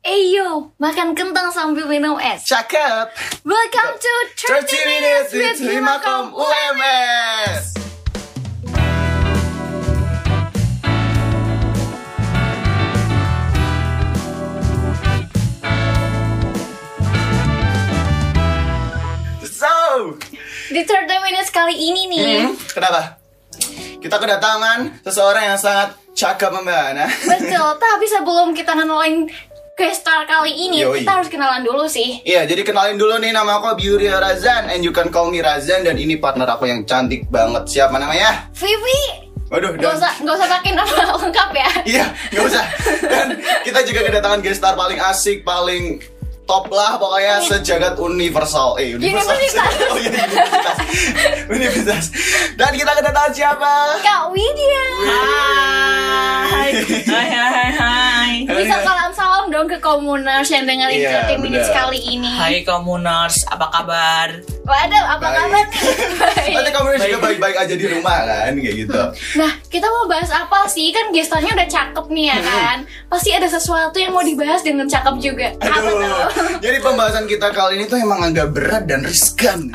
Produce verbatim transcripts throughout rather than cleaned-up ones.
Eyo, makan kentang sambil minum es. Cakep. Welcome to thirty minutes with Himakom U M S. So, Di thirty minutes kali ini nih, hmm, kenapa? Kita kedatangan seseorang yang sangat cakep Mbak Ana. betul. Tapi sebelum kita kenalin guest star kali ini, Yoi. kita harus kenalan dulu sih. Iya, jadi kenalin dulu nih, nama aku Biuria Razan and you can call me Razan. Dan ini partner aku yang cantik banget. Siapa namanya? Vivi. Waduh, Gak dan usah, gak usah pakai nama lengkap ya. iya, gak usah. Dan kita juga kedatangan guest star paling asik, paling top lah pokoknya sejagat universal. Eh, universal. Universitas. Oh iya, universitas. Universitas. Dan kita kedatangan siapa? Kak Widya. Hai, hai, hai, hai. Bisa salam-salam dong ke komuners yang dengerin Iya, thirty minutes benar. kali ini. Hai komuners, apa kabar? Waduh, apa Baik. kabar nih? Baik. Nanti kamu juga baik-baik aja di rumah kan, kayak gitu. Nah, kita mau bahas apa sih? Kan gestarnya udah cakep nih ya kan? Pasti ada sesuatu yang mau dibahas dengan cakep juga. Apa tuh? Aduh. Jadi pembahasan kita kali ini tuh emang agak berat dan riskan.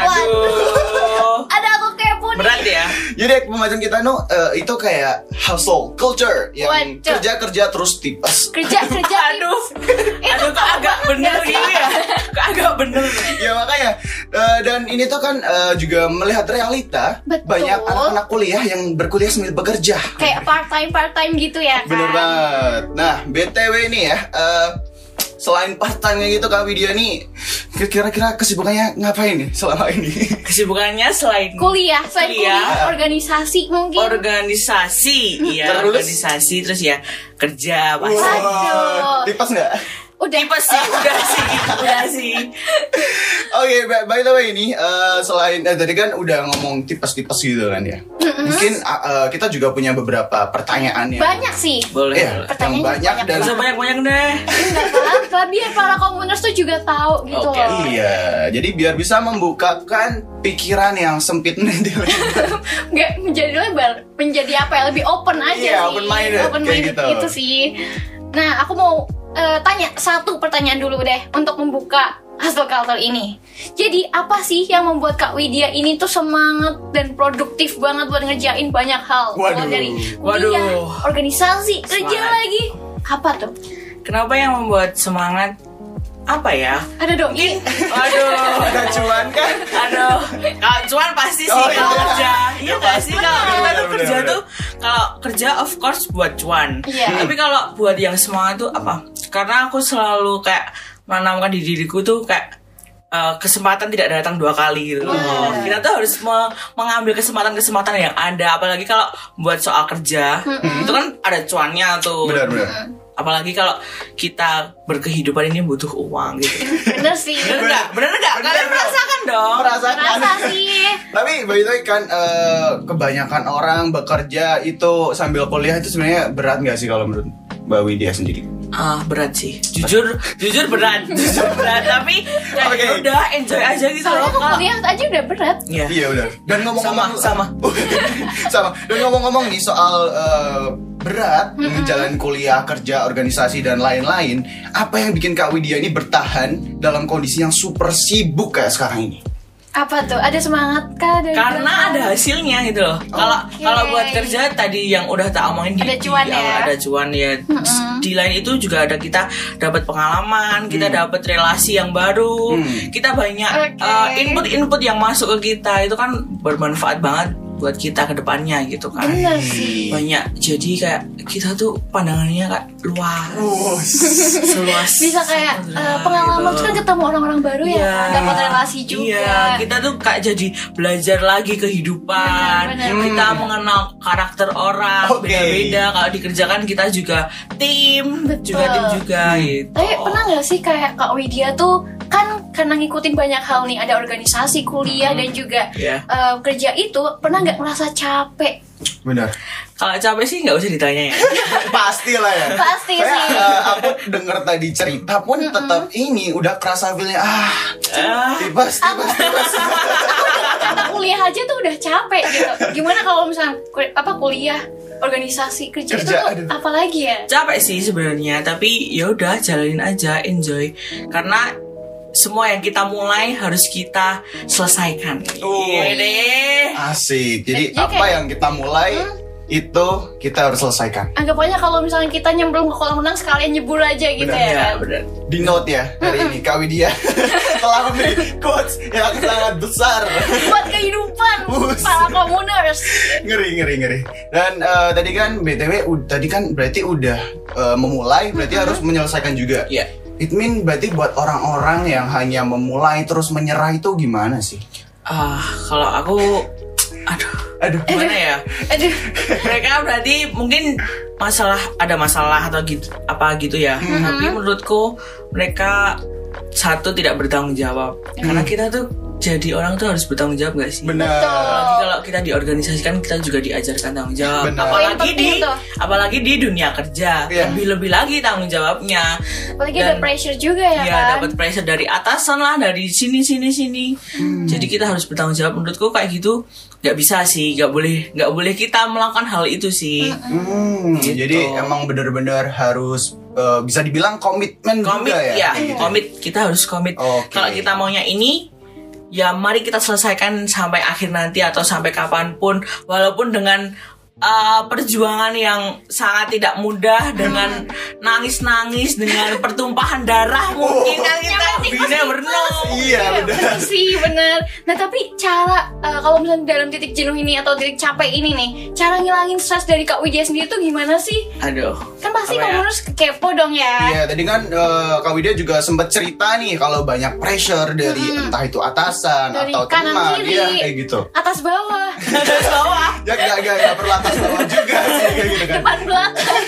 Aduh, Ada aku kepo nih. berat ya? Jadi pembahasan kita no eh, itu kayak household culture yang Waduh. kerja-kerja terus tipes. Kerja-kerja Aduh, Itu aduh kok agak bener gitu ya? Kok agak bener? Ya makanya eh, dan ini tuh kan eh, juga melihat realita. Betul. Banyak anak-anak kuliah yang berkuliah sambil bekerja. kayak part-time part-time gitu ya kan? Bener banget. Nah, B T W nih ya, eh, selain part-time gitu Kak Widya nih, kira-kira kesibukannya ngapain nih selama ini? Kesibukannya selain Kuliah, selain Kuliah. kuliah, organisasi mungkin. organisasi, iya Terus? organisasi, terus ya kerja pasti. Aduh. Tipes nggak? Udah. Tipe sih, udah sih, udah sih. Oke, by, by the way ini eh, selain eh, tadi kan udah ngomong tipes-tipes gitu kan ya. Mungkin eh, eh, kita juga punya beberapa pertanyaan yang Banyak sih. Boleh, Iya, boleh. yang Pertanyaannya banyak banyak dan Gak usah banyak-banyak deh. Enggak apa-apa, biar para komuners tuh juga tahu gitu Oke. loh. iya, jadi biar bisa membukakan pikiran yang sempit nih di lebar. Nggak menjadi lebar, menjadi apa ya, lebih open aja Iya, sih. open-minded, Open kayak minded gitu. gitu sih. Nah, aku mau eh, tanya satu pertanyaan dulu deh untuk membuka hustle culture ini. Jadi apa sih yang membuat Kak Widya ini tuh semangat dan produktif banget buat ngerjain banyak hal? Mulai Mulai dari Waduh. kuliah, organisasi, kerja Semangat. lagi. Apa tuh? Kenapa yang membuat semangat? Apa ya? Ada doi. Aduh, Ada cuan kan? aduh, kalau cuan pasti sih Oh, kalau iya. kerja, iya Ya, nggak pasti. sih kalau kita Benar, tuh benar, kerja benar. tuh kalau kerja of course buat cuan. Iya. Tapi kalau buat yang semangat tuh apa? Karena aku selalu kayak menanamkan di diriku tuh kayak eh, kesempatan tidak datang dua kali gitu. Wah. Kita tuh harus me- mengambil kesempatan-kesempatan yang ada. Apalagi kalau buat soal kerja, itu kan ada cuannya tuh. Benar-benar. Apalagi kalau kita berkehidupan ini butuh uang gitu. Bener sih. Bener nggak? Bener nggak? Bener. Kalian merasakan dong? Merasakan. Rasa sih. Tapi by the way kan eh, kebanyakan orang bekerja itu sambil kuliah itu sebenarnya berat nggak sih kalau menurut Mbak Widya sendiri? Ah berat sih, jujur, jujur berat, jujur berat. Tapi kayak Oke. ya udah enjoy aja gitu Soalnya loh. aku Kak. kuliah aja udah berat. Iya. Iya udah. Dan ngomong-ngomong Sama, sama. Dan ngomong-ngomong nih soal eh, berat menjalani kuliah, kerja, organisasi dan lain-lain, apa yang bikin Kak Widya ini bertahan dalam kondisi yang super sibuk kayak sekarang ini? Apa tuh? Ada semangat kah dari Karena belakang? ada hasilnya gitu loh. Kalau Oke. kalau buat kerja tadi yang udah tak omongin di, Ada di cuan awal, ya. ada cuan ya. Di lain itu juga ada kita dapat pengalaman, kita dapat relasi yang baru, Hmm. kita banyak Oke. uh, input-input yang masuk ke kita itu kan bermanfaat banget buat kita ke depannya gitu kan. Bener sih. Banyak jadi kayak kita tuh pandangannya kayak luas, seluas Bisa kayak samudra eh, pengalaman gitu. tuh kan ketemu orang-orang baru ya, Iya. dapat relasi juga. Iya, kita tuh kayak jadi belajar lagi kehidupan. Benar, benar. Kita mengenal karakter orang Oke. beda-beda. Kalau dikerjakan kita juga tim, Betul. juga tim juga gitu. Tapi pernah nggak sih kayak Kak Widya tuh kan karena ngikutin banyak hal nih, ada organisasi, kuliah dan juga Iya. eh, kerja itu, pernah nggak merasa capek? Benar. Kalau capek sih nggak usah ditanya ya. Pasti lah ya. Pasti Saya, sih. eh, aku denger tadi cerita pun tetap ini udah kerasa feelnya ah Ah, tipes tipes tipes. Kata kuliah aja tuh udah capek gitu. Gimana kalau misalnya kul- apa kuliah? organisasi kerja, Kerja, itu tuh aduh. apa lagi ya? Capek sih sebenarnya, tapi ya udah jalanin aja, enjoy. Karena semua yang kita mulai harus kita selesaikan. Oh. Iya deh. Asik. Jadi Jadi apa kayak- yang kita mulai itu kita harus selesaikan. Anggap aja kalau misalnya kita nyemplung ke kolam renang sekalian nyebur aja gitu Benar, ya Ya, kan. benar. Di note ya hari ini Kak Widya telah memberi quotes yang sangat besar. Buat kehidupan Buset. para komuners. Ngeri ngeri ngeri. Dan eh, tadi kan B T W ud- tadi kan berarti udah eh, memulai, berarti harus menyelesaikan juga. Iya. It mean berarti buat orang-orang yang hanya memulai terus menyerah itu gimana sih? Ah, kalau aku, aduh, Aduh. gimana ya? Aduh. Mereka berarti mungkin masalah ada masalah atau gitu apa gitu ya. Tapi menurutku mereka satu tidak bertanggung jawab. Karena kita tuh jadi orang tuh harus bertanggung jawab gak sih? Benar. Apalagi kalau kita diorganisasikan, kita juga diajarkan tanggung jawab. Benar. Apalagi Yang penting di tuh. apalagi di dunia kerja, Iya. lebih-lebih lagi tanggung jawabnya. Apalagi Dan- ada pressure juga ya, Iya, kan. dapat pressure dari atasan lah, dari sini sini sini. Jadi kita harus bertanggung jawab. Menurutku kayak gitu nggak bisa sih, nggak boleh nggak boleh kita melakukan hal itu sih. Hmm, Gitu. jadi emang benar-benar harus eh, bisa dibilang komitmen Komit juga ya. ya, kayak gitu. komit, kita harus komit. Oke. Kalau kita maunya ini, ya mari kita selesaikan sampai akhir nanti atau sampai kapanpun, walaupun dengan uh, perjuangan yang sangat tidak mudah, dengan nangis-nangis, dengan pertumpahan darah mungkin kan kita Nyampe bisa berenang. Iya, benar. bener sih, bener. Nah tapi cara uh, kalau misalnya dalam titik jenuh ini atau titik capek ini nih, cara ngilangin stres dari Kak Widya sendiri tuh gimana sih? Aduh. Kan pasti Apa ya? komuners kepo dong ya. Iya, tadi kan eh, Kak Widya juga sempat cerita nih kalau banyak pressure dari entah itu atasan Dari atau kanan teman, kiri. iya kayak gitu. Atas bawah, Dari bawah. Ya gak, gak, gak perlu atas bawah juga sih kayak gitu kan. depan belakang.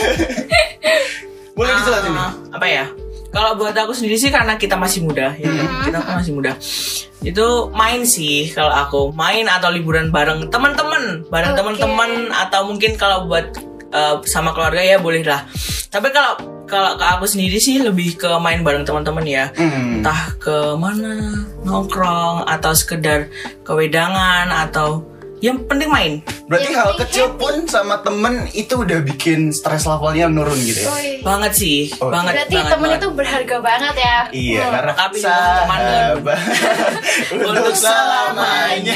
Boleh dijelasin nih? Ah, apa ya? Kalau buat aku sendiri sih karena kita masih muda, ya kan? Kita kan masih muda. Itu main sih kalau aku main atau liburan bareng teman-teman, bareng Oke. teman-teman atau mungkin kalau buat uh, sama keluarga ya boleh lah. Tapi kalau kalau ke aku sendiri sih lebih ke main bareng teman-teman ya. Hmm. Entah ke mana, nongkrong atau sekedar ke wedangan atau yang penting main. Berarti Yang hal penting kecil happy. pun sama temen itu udah bikin stres levelnya menurun gitu ya? Woi. Banget sih, Oh, banget Berarti banget. temen banget. itu berharga banget ya. Iya, Hmm. karena Tapi teman sahabat untuk selamanya.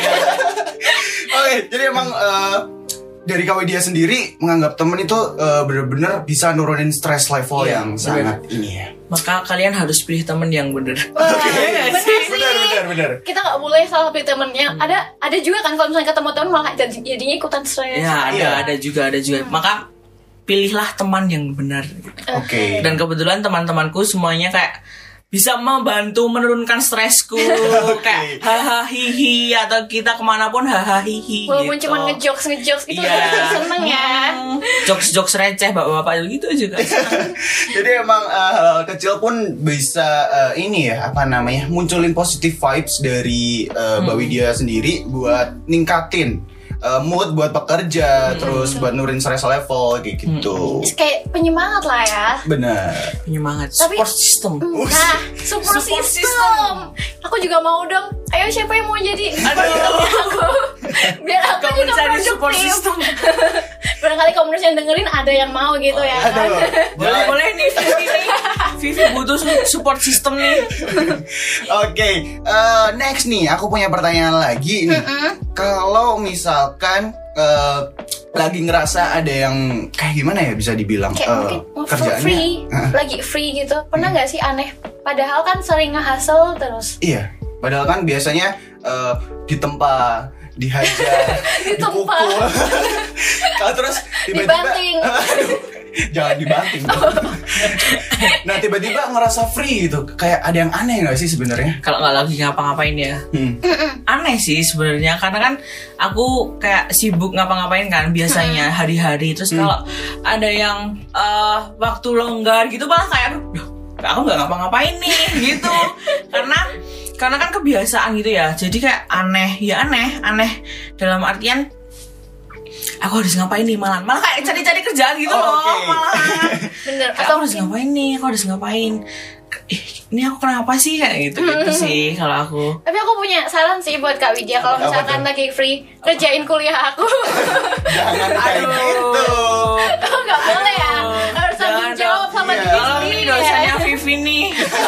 Oke, jadi emang eh, dari Kak Widya sendiri menganggap temen itu eh, bener-bener bisa nurunin stress level Iya, yang bener. sangat ini ya. Maka kalian harus pilih temen yang bener. Wah, Oke, bener sih. benar, benar, benar. Kita nggak boleh salah pilih temennya. Ada ada juga kan kalau misalnya ketemu temen malah jadi- jadinya ikutan stres. Ya ada Iya. ada juga ada juga. Maka pilihlah teman yang benar. gitu. Oke. Dan kebetulan teman-temanku semuanya kayak bisa membantu menurunkan stresku, kayak hahaha hihi atau kita kemanapun hahaha hihi. Walaupun gitu. cuma ngejokes ngejokes itu Iya. udah seneng ya. Hmm, jokes-jokes receh bapak-bapak gitu juga. Jadi emang eh, hal kecil pun bisa eh, ini ya apa namanya munculin positive vibes dari eh, Mbak Widya sendiri buat ningkatin eh, mood buat bekerja, terus buat nurin stress level kayak gitu. Terus kayak penyemangat lah ya. Benar. Penyemangat Tapi- support system. Nah, support, Support system. Aku juga mau dong. Ayo siapa yang mau jadi support systemnya aku? Biar aku Kamu juga cari support produktif. system. Barangkali komuners yang dengerin ada yang mau gitu ya. kan? Aduh. Boleh boleh nih Vivi nih. Vivi butuh support system nih. Oke, eh, next nih aku punya pertanyaan lagi nih. Kalau misalkan eh, lagi ngerasa ada yang kayak gimana ya bisa dibilang Kayak eh, mungkin for kerjaannya free, Hah? lagi free gitu. Pernah nggak sih aneh? Padahal kan sering nge-hustle terus. Iya, padahal kan biasanya eh, ditempa, dihajar, Ditempa. dipukul. Kalau terus tiba-tiba Dibanting. Aduh, jangan dibanting. Nah, tiba-tiba ngerasa free gitu. Kayak ada yang aneh nggak sih sebenarnya? Kalau nggak lagi ngapa-ngapain ya. Hmm. Aneh sih sebenarnya karena kan aku kayak sibuk ngapa-ngapain kan biasanya hari-hari terus kalau ada yang eh, waktu longgar gitu malah kayak "Duh, aku nggak ngapa-ngapain nih gitu karena karena kan kebiasaan gitu ya jadi kayak aneh ya aneh aneh dalam artian aku harus ngapain nih malah malah kayak cari-cari kerjaan gitu Oh, loh oke. malah Bener. kayak Atau aku harus mungkin ngapain nih aku harus ngapain ih ini aku kenapa sih kayak gitu gitu sih kalau aku. Tapi aku punya saran sih buat Kak Widya kalau Apa misalkan tuh? lagi free kerjain kuliah aku. Jangan kayak gitu. Oh, nggak boleh ya. Harus tanggung Jangan jawab dong. sama Iya. diri Tolong nih sendiri dosennya ya. Vivi nih.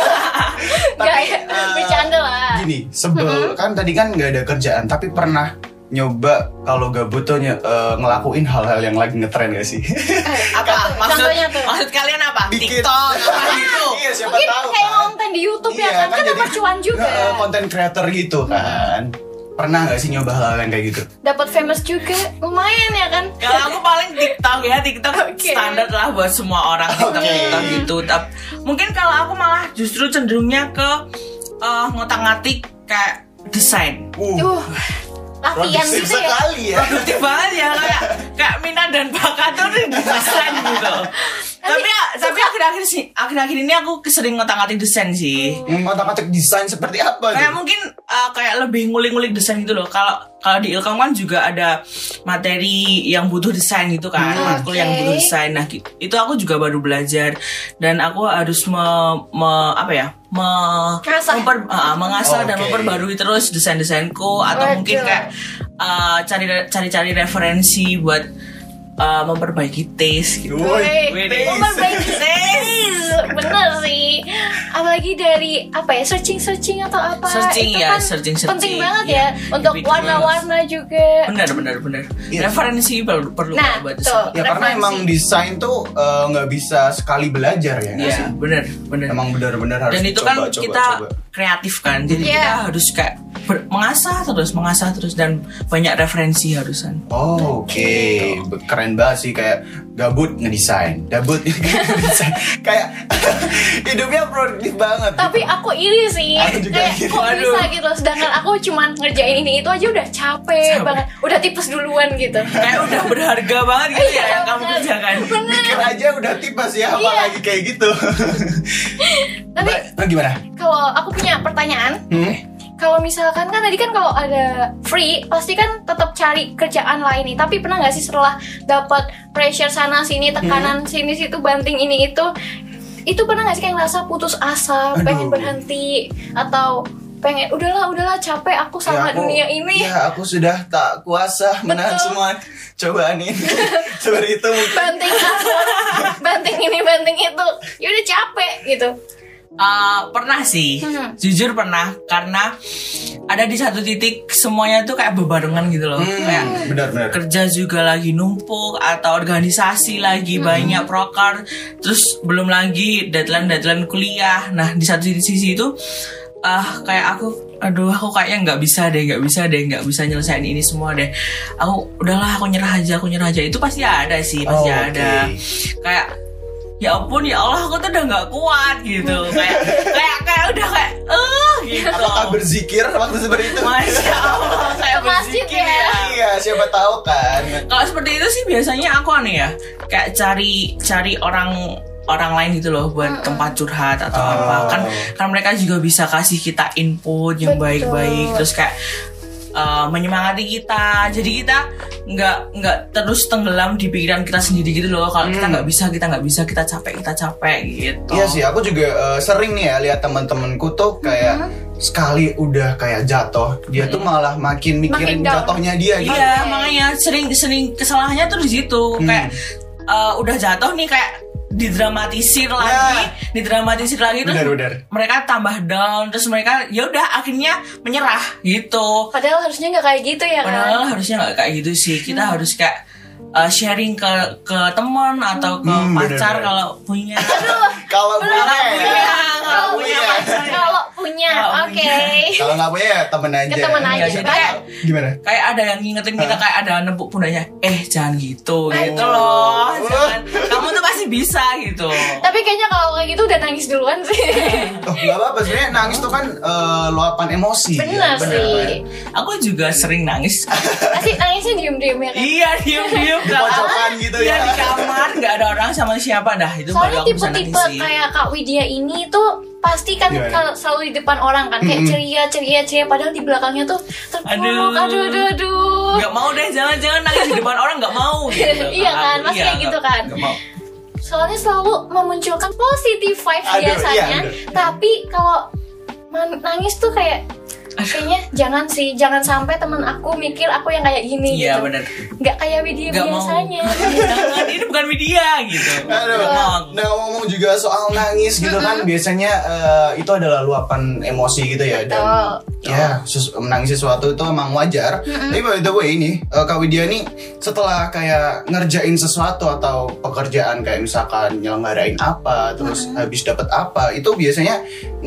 Nggak Tapi, ya, eh, bercanda lah. Gini, sebel kan tadi kan nggak ada kerjaan, tapi pernah nyoba kalau gabut tuh nye- eh, ngelakuin hal-hal yang lagi ngetren gak sih? Apa maksud Contohnya tuh. maksud kalian apa? Bikin- TikTok apa gitu? Iya, siapa Mungkin tahu kayak kan. konten di YouTube ya Iya, kan, kan jadi- dapat cuan juga. Nge- konten creator gitu kan. Pernah gak sih nyoba hal-hal yang kayak gitu? Dapat famous juga, lumayan ya kan. Kalau aku paling TikTok ya, TikTok Oke. standar lah buat semua orang TikTok, Oke. TikTok gitu. Tapi mungkin kalau aku malah justru cenderungnya ke eh, ngotak-ngatik kayak desain. Uh, Uh, latihan produktif gitu ya. sekali ya. Produktif banget ya kayak kayak minat dan bakat tuh di desain gitu. Tapi ya, tapi akhir-akhir sih, akhir-akhir ini aku sering ngotak-ngatik desain sih. Ngotak-ngatik desain seperti apa Kayak tuh? mungkin uh, kayak lebih ngulik-ngulik desain gitu loh. Kalau kalau di Ilkom kan juga ada materi yang butuh desain gitu kan, Hmm, matkul oke. yang butuh desain. Nah, gitu. Itu aku juga baru belajar dan aku harus me, me- apa ya? Me, Mengasah. memper- uh, mengasah dan Oke. memperbarui terus desain-desainku atau Betul. mungkin kayak uh, cari cari-cari referensi buat uh, memperbaiki taste gitu. Woi, Woi, taste. memperbaiki taste. Bener sih. Apalagi dari apa ya, searching-searching atau apa. Searching itu ya, kan searching-searching. penting banget Iya. ya untuk Dibikin warna-warna juga. Benar benar benar. Iya. Referensi perlu perlu Nah, buat tuh. desain. Ya karena Referensi. emang desain tuh eh, nggak bisa sekali belajar ya nggak Iya, sih? benar benar. Emang benar-benar harus Dan itu coba, kan coba, kita coba. kreatif kan, jadi Iya. kita harus kayak ber- mengasah terus, mengasah terus dan banyak referensi harusan. Oh, oke, keren banget sih, kayak gabut ngedesain, gabut ngedesain, kayak hidupnya produktif banget. Tapi aku iri sih. Aku juga Kayak iri. kok Waduh. bisa gitu. Sedangkan aku cuman ngerjain ini itu aja udah capek, Capek. banget. Udah tipes duluan gitu. Kayak udah berharga banget gitu ya Iya, yang kamu benar. kerjakan. Mikir aja udah tipes ya, Iya. apalagi kayak gitu. Tapi Nah, gimana? kalau aku punya pertanyaan, Hmm? kalau misalkan kan tadi kan kalau ada free pasti kan tetap cari kerjaan lain nih. Tapi pernah nggak sih setelah dapat pressure sana sini, tekanan sini situ, banting ini itu, itu pernah nggak sih kayak ngerasa putus asa, Aduh. pengen berhenti atau pengen udahlah udahlah capek aku sama Ya, aku- dunia ini. Ya, aku sudah tak kuasa menahan Betul. semua cobaan ini. Seperti itu mungkin. Banting aku, banting ini, banting itu, ya udah capek gitu. Uh, pernah sih, Hmm. jujur pernah, karena ada di satu titik semuanya tuh kayak bebarengan gitu loh, kayak Hmm, benar-benar. kerja juga lagi numpuk atau organisasi lagi banyak proker, terus belum lagi deadline deadline kuliah. Nah di satu sisi itu ah kayak aku aduh aku kayaknya nggak bisa deh nggak bisa deh nggak bisa nyelesain ini semua deh, aku udahlah aku nyerah aja aku nyerah aja. Itu pasti ada sih, pasti Oh, ada oke. kayak ya ampun ya Allah aku tuh udah nggak kuat gitu, kayak kayak kayak udah kayak eh gitu. Apakah berzikir waktu seperti itu? Masya Allah kayak Ke masjid berzikir ya. ya. Iya, siapa tahu kan. Kalau seperti itu sih biasanya aku aneh ya, kayak cari cari orang orang lain gitu loh buat tempat curhat atau Oh. apa kan kan mereka juga bisa kasih kita input yang Betul. baik-baik, terus kayak uh, menyemangati kita, jadi kita nggak nggak terus tenggelam di pikiran kita sendiri gitu loh. Kalau kita nggak bisa kita nggak bisa kita capek kita capek gitu. Iya sih, aku juga eh, sering nih ya lihat teman-temanku tuh kayak sekali udah kayak jatuh, dia tuh malah makin mikirin Makin down. jatuhnya dia gitu. Iya, Oke. makanya sering sering kesalahannya tuh di situ. Kayak uh, udah jatuh nih kayak didramatisir lagi, didramatisir lagi terus Benar-benar. mereka tambah down, terus mereka ya udah akhirnya menyerah gitu. Padahal harusnya nggak kayak gitu ya kan. Padahal harusnya nggak kayak gitu sih. Kita harus kayak uh, sharing ke ke teman atau ke Hmm, pacar benar-benar. kalau punya. Kalau punya, Kalau punya, ya. kalau punya pacar. Kalau punya, Kalau oke. punya. Kalau nggak punya ya temen aja. Ke temen aja. Iya, jadi kayak Gimana? kayak ada yang ngingetin kita, kayak ada nepuk pundaknya, eh jangan gitu gitu Oh. loh, jangan, kamu tuh pasti bisa gitu. Tapi kayaknya kalau kayak gitu udah nangis duluan sih. Oh, nggak apa-apa sebenarnya, nangis tuh kan eh, luapan emosi. Bener Ya, sih. Aku juga sering nangis. Pasti nangisnya diem-diem ya kan. Iya diem diem Di pojokan gitu Iya ya. di kamar nggak ada orang sama siapa dah, itu Soalnya baru aku bisa nangis tipe-tipe sih. kayak Kak Widya ini tuh pasti kan Gimana? kalau selalu di depan orang kan kayak ceria ceria ceria padahal di belakangnya tuh terpuruk, Aduh. aduh aduh aduh. Nggak mau deh, jangan-jangan nangis di depan orang, nggak mau gitu. Iya kan, Aku- pasti kayak nggak- gitu kan. nggak mau. soalnya selalu memunculkan positive vibes Aduh, biasanya. iya, bener. Tapi kalau man- nangis tuh kayak kayaknya jangan sih, jangan sampai teman aku mikir aku yang kayak gini Iya gitu. benar. Nggak kayak Widya Nggak mau. biasanya. Jangan, ini bukan media gitu. Aduh. Ngomong. Nah ngomong juga soal nangis gitu kan, biasanya eh, itu adalah luapan emosi gitu ya. Dan Betul. ya ses- menangis sesuatu itu emang wajar. Tapi by the way ini eh, Kak Widya nih setelah kayak ngerjain sesuatu atau pekerjaan kayak misalkan nyelenggarain apa, terus habis dapat apa, itu biasanya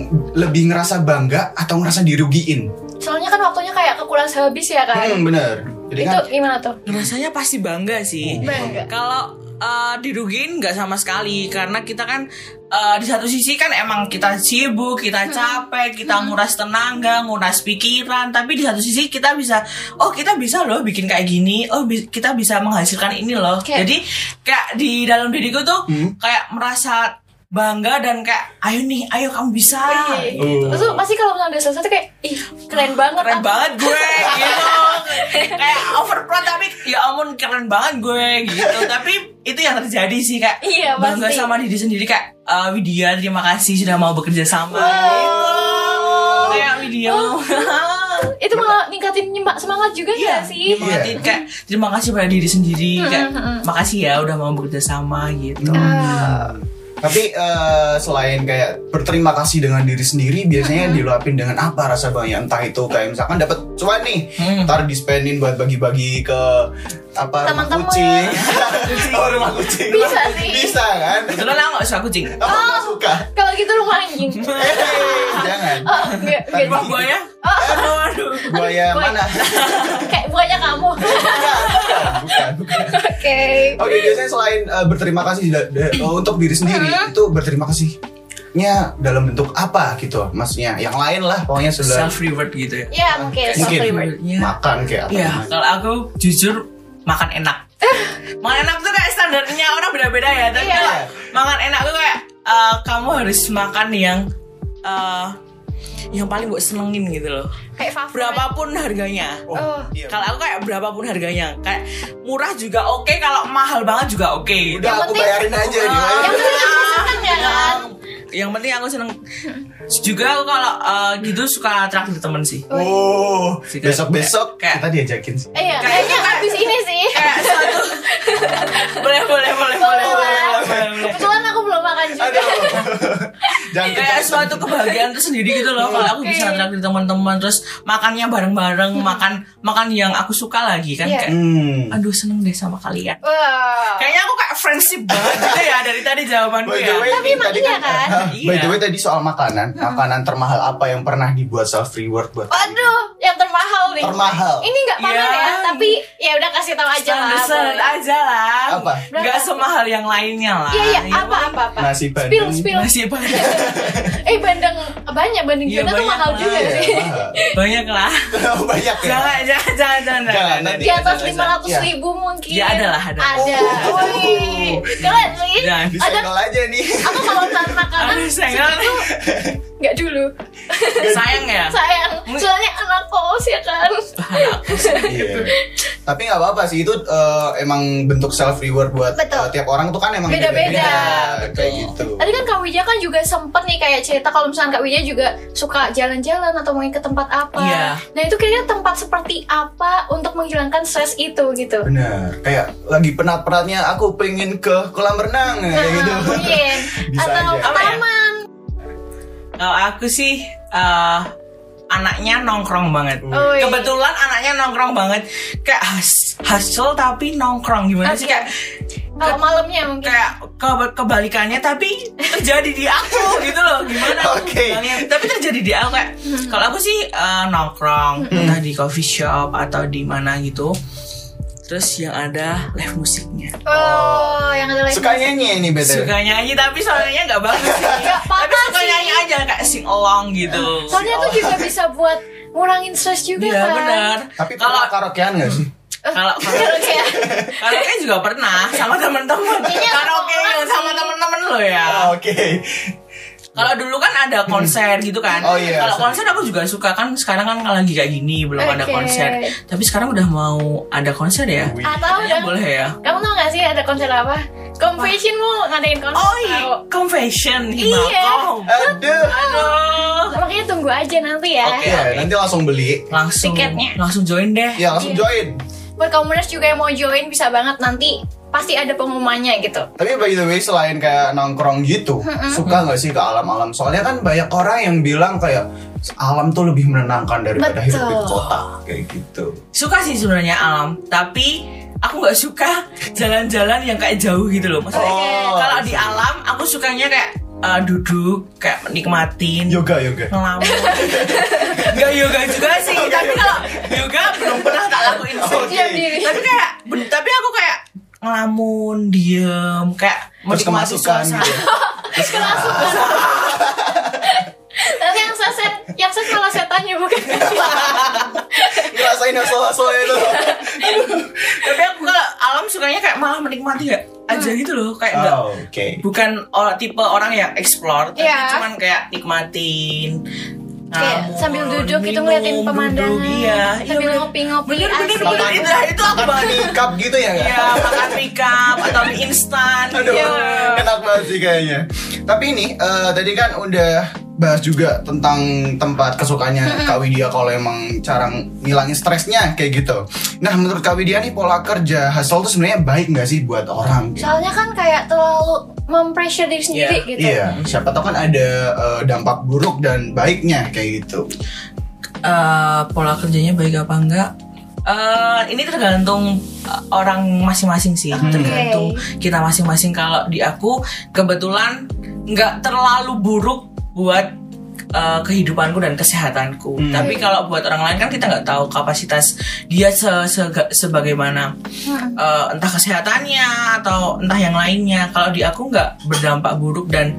lebih ngerasa bangga atau ngerasa dirugiin? Soalnya kan waktunya kayak kekuras habis ya kan. Hmm, bener. Jadi Itu kan gimana tuh? Rasanya pasti bangga sih. Bangga. Kalau uh, dirugiin nggak sama sekali, karena kita kan uh, di satu sisi kan emang kita sibuk, kita capek, kita nguras tenaga, nguras pikiran. Tapi di satu sisi kita bisa, oh kita bisa loh bikin kayak gini, oh bi- kita bisa menghasilkan ini loh. Kayak- Jadi kayak di dalam diriku tuh Hmm. kayak merasa bangga dan kayak ayo nih, ayo kamu bisa. Iya. Oh. Terus tuh pasti kalau misalnya udah selesai tuh kayak ih keren banget. Keren apa- banget gue gitu. Kayak overproud tapi ya ampun keren banget gue gitu. Tapi itu yang terjadi sih, kayak Iya, bangga pasti. sama diri sendiri, kayak "Eh, Widya terima kasih sudah mau bekerja sama." Wow. Gitu. Kayak Widya mau Itu malah ningkatin nyemak semangat juga Iya, nggak sih? nyemangatin kayak terima kasih pada diri sendiri, kayak makasih ya udah mau bekerja sama gitu. Ah. Tapi eh, selain kayak berterima kasih dengan diri sendiri, biasanya diluapin dengan apa rasa bangga? Entah itu kayak misalkan dapat cuan nih, Hmm. ntar dispendiin buat bagi-bagi ke apa rumah Teman-teman. kucing. Oh, rumah kucing. Bisa sih. Bisa kan? Kebetulan aku gak suka kucing. Apa nggak suka? Kalau gitu rumah anjing. Eh, jangan. Oh, enggak, enggak. Rumah buaya? Aduh, aduh. Buaya Buaya. mana? Kayak buahnya kamu. Bukan, bukan, bukan, bukan. Oke. Oke, biasanya selain eh, berterima kasih da- da- untuk diri sendiri, itu berterima kasihnya dalam bentuk apa gitu? Maksudnya yang lain lah, pokoknya sudah Self reward gitu ya. Ya mungkin self mungkin reward. Iya. makan kayak apa? Iya, kalau aku jujur makan enak. Makan enak tuh kayak standarnya orang beda-beda ya. Tapi Iya. kalau makan enak tuh kayak eh, kamu harus makan yang eh, yang paling buat senengin gitu loh. Kayak favorit. Berapapun harganya. Oh. iya. Kalau aku kayak berapapun harganya, kayak murah juga oke, kalau mahal banget juga oke gitu. Udah aku penting- bayarin aja nih. Ah. Yang penting aku seneng ya kan. Yang penting aku seneng. Juga aku kalau eh, gitu suka traktir temen sih. Oh, Sih, besok-besok kayak- kita diajakin sih. Eh, iya, Kayak- kayaknya abis ini sih. Kayak suatu boleh boleh boleh boleh Boleh, boleh boleh. boleh, boleh. Kebetulan aku belum makan juga. Aduh. Jangan Kayak kebanyakan. suatu kebahagiaan tersendiri gitu loh kalau aku bisa Oke. ngetraktir teman-teman, terus makannya bareng-bareng, makan makan yang aku suka lagi kan. Iya. Kayak Hmm. aduh seneng deh sama kalian. Wah. Kayaknya aku kayak friendship banget gitu ya dari tadi jawabanku By the ya. way, Tapi nih, emang tadi iya kan, kan? Hah, by the Iya. way tadi soal makanan, makanan termahal apa yang pernah dibuat self reward buat? Waduh, yang termahal nih. Termahal. Ini nggak pamer Iya. ya, tapi ya udah kasih tahu aja lah. Standar boleh. aja lah. Apa? Gak semahal yang lainnya lah. Iya, iya, Ya, apa apa apa. Nasi Spill, Bandung. spill. Masih banyak. Eh, bandeng banyak bandeng Iya, Jona tuh banyak mahal lah. juga Iya, sih. mahal. Banyak lah. Oh, banyak ya. Jangan, jangan, jangan, jangan. Jangan, nanti. Di atas Jangan, lima ratus Iya. ribu mungkin. Ya, ada lah, ada. Ada. Oh. Wih, keren sih. Jangan. Ada. Disenggol aja nih. Aku kalau makan makanan Aduh, sayang. nggak dulu. Sayang ya. Sayang. Soalnya anak kos ya kan. Anakku sih. Iya. Tapi nggak apa-apa sih, itu eh, emang bentuk self reward buat Betul. eh, tiap orang tuh kan emang Beda-beda. kayak gitu. Tadi kan Kak Widya kan juga sempet nih kayak cerita kalau misalnya Kak Widya juga suka jalan-jalan atau main ke tempat apa. Iya. Nah itu kira-kira tempat seperti apa untuk menghilangkan stres itu gitu. Bener, kayak lagi penat-penatnya aku pengen ke kolam renang kayak gitu. Nah, mungkin. Bisa Atau aja. ke Apa ya? taman. Kalau aku sih eh, anaknya nongkrong banget. Oh, iya. Kebetulan anaknya nongkrong banget. Kayak has- hustle tapi nongkrong, gimana sih Oke. kayak Kalau malamnya mungkin. kayak ke- kebalikannya tapi terjadi di aku gitu loh. Gimana aku Oke. bilangnya? Tapi terjadi di aku kayak kalau aku sih eh, nongkrong entah di coffee shop atau di mana gitu. Terus yang ada live musiknya. Oh, yang ada live Suka music. nyanyi ini beda. Suka nyanyi tapi suaranya nggak bagus sih. Nggak apa-apa Tapi suka sih. nyanyi aja kayak sing along gitu. Soalnya itu juga bisa buat ngurangin stres juga Iya kan. benar. Tapi Kalau kalau karaokean nggak sih? kalau kalau Karaoke ya. karaoke juga pernah sama teman-teman. Iya, Karaoke orang yang sama sih. teman-teman lo ya. Oke. Kalau dulu kan ada konser gitu kan. Oh, iya, Kalau sorry. konser aku juga suka kan. Sekarang kan lagi kayak gini belum ada Oke. konser. Tapi sekarang udah mau ada konser ya. Wih. Atau Kayaknya udah boleh ya. kamu tau gak sih ada konser apa? Confession mu ngadain konser. Oh iya, Tahu. confession Iya. Himalcom. Aduh. Aduh. Makanya tunggu aja nanti ya. Oke. Ya, nanti langsung beli. Langsung Tiketnya. langsung join deh. Ya, langsung Iya. join. Buat kaumers juga yang mau join bisa banget nanti pasti ada pengumumannya gitu. Tapi by the way, selain kayak nongkrong gitu, suka nggak sih ke alam-alam? Soalnya kan banyak orang yang bilang kayak alam tuh lebih menenangkan daripada Betul. hidup di kota, kayak gitu. Suka sih sebenarnya alam, tapi aku nggak suka jalan-jalan yang kayak jauh gitu loh. Maksudnya Oh, kalau di alam aku sukanya kayak eh, duduk, kayak nikmatin, Yoga, yoga. ngelamun. Gak yoga juga sih, tapi kalau yoga belum pernah tak lakuin sih. Oke. Diam diri. Tapi kayak, ben- tapi aku kayak ngelamun, diem, kayak Terus menikmati kemasukan suasana. gitu. Terus Nanti yang seset, yang seset malah setannya bukan. ngerasain hustle-hustle itu. Tapi aku kalau alam sukanya kayak malah menikmati gak aja gitu loh, kayak nggak Oh, oke. bukan or- tipe orang yang explore, tapi Iya. cuman kayak nikmatin. Kayak ngelamun, sambil duduk gitu minum, ngeliatin duduk, pemandangan. Iya, Sambil iya, ngopi-ngopi. bener bener asik. bener itu itu aku Makan banget. mie cup gitu ya nggak? Iya, makan mie cup atau mie instan. Aduh, Iya. enak banget sih kayaknya. Tapi ini eh, tadi kan udah bahas juga tentang tempat kesukaannya Kak Widya kalau emang cara ngilangin stresnya kayak gitu. Nah, menurut Kak Widya nih pola kerja hustle tuh sebenarnya baik nggak sih buat orang? Soalnya kan kayak terlalu mempressure diri sendiri Iya. gitu. Iya, siapa tahu kan ada eh, dampak buruk dan baiknya kayak gitu. Eh, pola kerjanya baik apa enggak? Eh, ini tergantung eh, orang masing-masing sih, Oke. tergantung kita masing-masing. Kalau di aku kebetulan nggak terlalu buruk buat eh, kehidupanku dan kesehatanku. Hmm. Tapi kalau buat orang lain kan kita nggak tahu kapasitas dia se- se- sebagaimana, Hmm. Eh, entah kesehatannya atau entah yang lainnya. Kalau di aku nggak berdampak buruk dan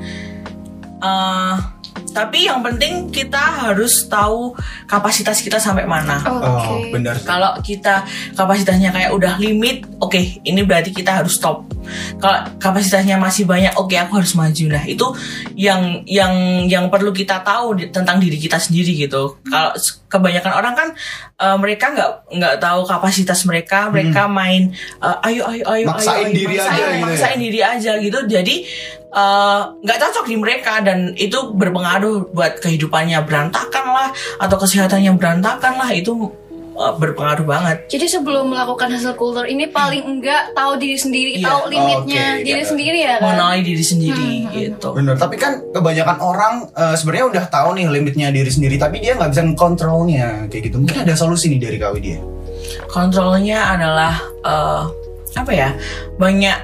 eh, tapi yang penting kita harus tahu kapasitas kita sampai mana. Oke. Oh, benar. Kalau kita kapasitasnya kayak udah limit, oke, ini berarti kita harus stop. Kalau kapasitasnya masih banyak, oke, aku harus maju. Nah, itu yang yang yang perlu kita tahu di- tentang diri kita sendiri gitu. Kalau s- kebanyakan orang kan eh, mereka nggak nggak tahu kapasitas mereka, mereka main eh, ayo ayo ayo Maksain ayo, ayo, diri maksain, aja gitu ya. maksain diri aja gitu. Jadi eh, nggak cocok di mereka dan itu berpengaruh buat kehidupannya berantakan lah atau kesehatannya berantakan lah, itu eh, berpengaruh banget. Jadi sebelum melakukan hustle culture ini paling enggak tahu diri sendiri, Iya. tahu limitnya Oke, diri iya. sendiri ya kan. Mengenali diri sendiri gitu. Bener, tapi kan kebanyakan orang eh, sebenarnya udah tahu nih limitnya diri sendiri, tapi dia nggak bisa kontrolnya kayak gitu. Mungkin ada solusi nih dari Kak Widya. Kontrolnya adalah eh, apa ya? Banyak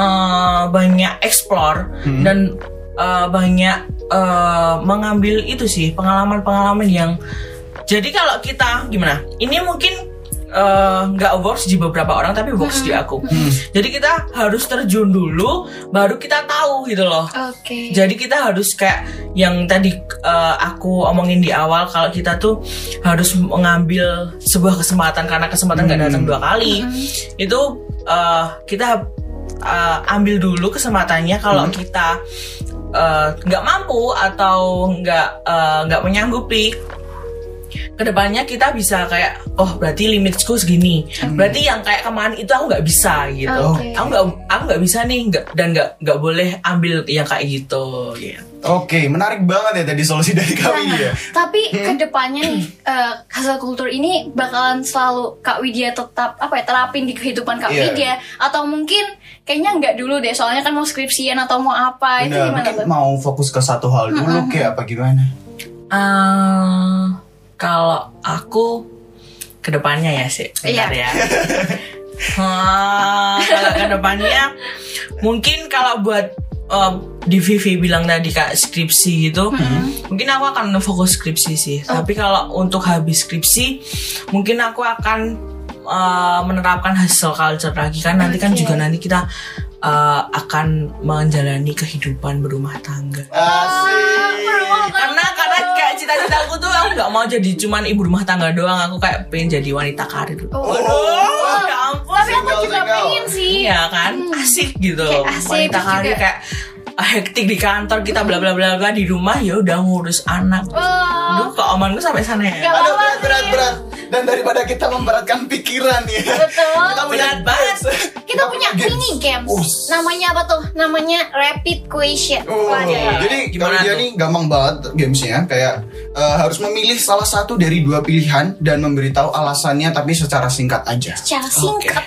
eh, banyak explore Hmm. dan eh, banyak eh, mengambil itu sih pengalaman-pengalaman yang. Jadi kalau kita gimana? Ini mungkin eh, nggak works di beberapa orang tapi works di aku. Jadi kita harus terjun dulu, baru kita tahu gitu loh. Oke. Jadi kita harus kayak yang tadi eh, aku omongin di awal, kalau kita tuh harus mengambil sebuah kesempatan karena kesempatan nggak datang dua kali. Itu eh, kita eh, ambil dulu kesempatannya. Kalau kita eh, nggak mampu atau nggak eh, nggak menyanggupi, kedepannya kita bisa kayak oh berarti limitku segini, berarti yang kayak kemarin itu aku nggak bisa gitu. Oke. Aku nggak aku nggak bisa nih, nggak dan nggak nggak boleh ambil yang kayak gitu. Gitu. Oke, menarik banget ya tadi solusi dari Kak Widya. Tapi kedepannya nih eh, hustle culture ini bakalan selalu Kak Widya tetap apa ya terapin di kehidupan Kak Iya. Widya, atau mungkin kayaknya nggak dulu deh, soalnya kan mau skripsian atau mau apa itu Bener, gimana mungkin tuh? mau fokus ke satu hal dulu kayak apa gimana? Eh, kalau aku kedepannya ya sih, bentar Iya. ya. Ah, kalau kedepannya mungkin kalau buat eh, di Vivi bilang tadi kak skripsi gitu, mungkin aku akan fokus skripsi sih. Tapi kalau untuk habis skripsi, mungkin aku akan eh, menerapkan hustle culture lagi kan. Nanti kan Oke. juga nanti kita eh, akan menjalani kehidupan berumah tangga. Asik. Karena karena kayak cita-citaku tuh aku nggak mau jadi cuman ibu rumah tangga doang, aku kayak pengen jadi wanita karir. Oh. Waduh, ya ampun. Tapi aku Single, juga single. pengen sih. Iya kan, asik gitu. Kayak asik, Wanita terus karir juga- kayak hektik di kantor kita bla bla bla bla, di rumah ya udah ngurus anak. Oh. Duh, kok omonganku sampai sana ya. Gak Aduh, apa-apa berat, berat, sih. berat. Dan daripada kita memberatkan pikiran ya, Betul. kita punya Berat banget. games. Kita punya games. mini games. Us. Namanya apa tuh? Namanya rapid question. Oh, Waduh. jadi Gimana kalau dia tuh? nih gampang banget gamesnya, kayak eh, harus memilih salah satu dari dua pilihan dan memberitahu alasannya tapi secara singkat aja. Secara singkat.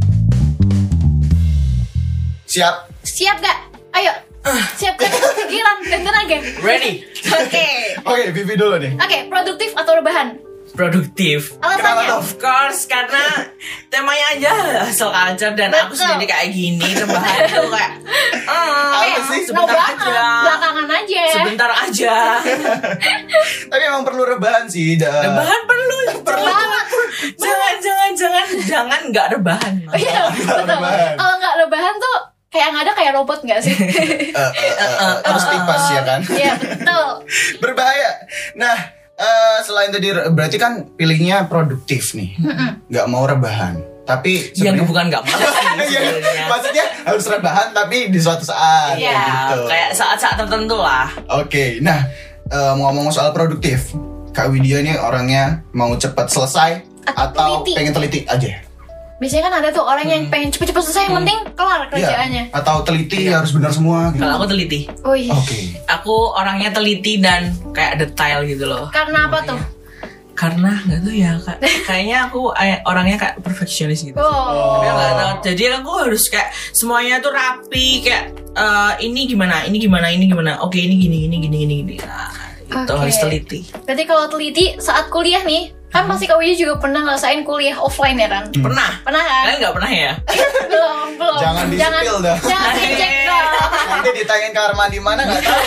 Siap? Siap gak? Ayo. Siapkan pikiran dan tenaga. Ready? Oke. Oke, Vivi dulu nih. Oke, produktif atau rebahan? Produktif. Alasannya? Kenapa Of course, karena temanya aja hustle culture dan aku Betul. sendiri kayak gini, rebahan tuh kayak ah, Apa Kayak sih? no sebentar banget, aja. belakangan aja. Sebentar aja. Tapi emang perlu rebahan sih. Da. Rebahan perlu. Banget. Jangan, jangan, jangan, jangan nggak rebahan. Oh, iya, betul. Rebahan. Kalau nggak rebahan tuh kayak yang ada kayak robot nggak sih? Eh, eh, eh, eh, terus tipas ya kan? Iya, betul. Berbahaya. Nah, eh, selain tadi re- berarti kan pilihnya produktif nih, nggak mau rebahan. Tapi Yang sebenarnya- bukan nggak malas sih Iya, sebenarnya. maksudnya harus rebahan tapi di suatu saat Iya, kayak gitu. Kayak saat-saat tertentu lah. Oke, nah eh, ngomong soal produktif, Kak Widya ini orangnya mau cepat selesai Atau atau teliti. pengen teliti aja? Biasanya kan ada tuh orang yang pengen cepet-cepet selesai, yang penting kelar kerjaannya. Iya. Atau teliti harus benar semua gitu. Kalau aku teliti. Oh iya. Oke. Aku orangnya teliti dan kayak detail gitu loh. Karena apa tuh? Karena nggak tahu ya, Kak. Kayaknya aku eh, orangnya kayak perfeksionis gitu. Oh. Tapi nggak tahu. Jadi aku harus kayak semuanya tuh rapi, kayak eh, ini gimana, ini gimana, ini gimana. Oke, ini gini, ini gini, gini, gini. Nah, itu Oke. harus teliti. Berarti kalau teliti saat kuliah nih, kan pasti Kak Widya juga pernah ngerasain kuliah offline ya kan? Pernah? Pernah kan? Kalian nggak pernah ya? belum, belum. Jangan di-spill dah. Jangan dicek dong. Nanti ditanyain ke Arman di mana nggak tahu.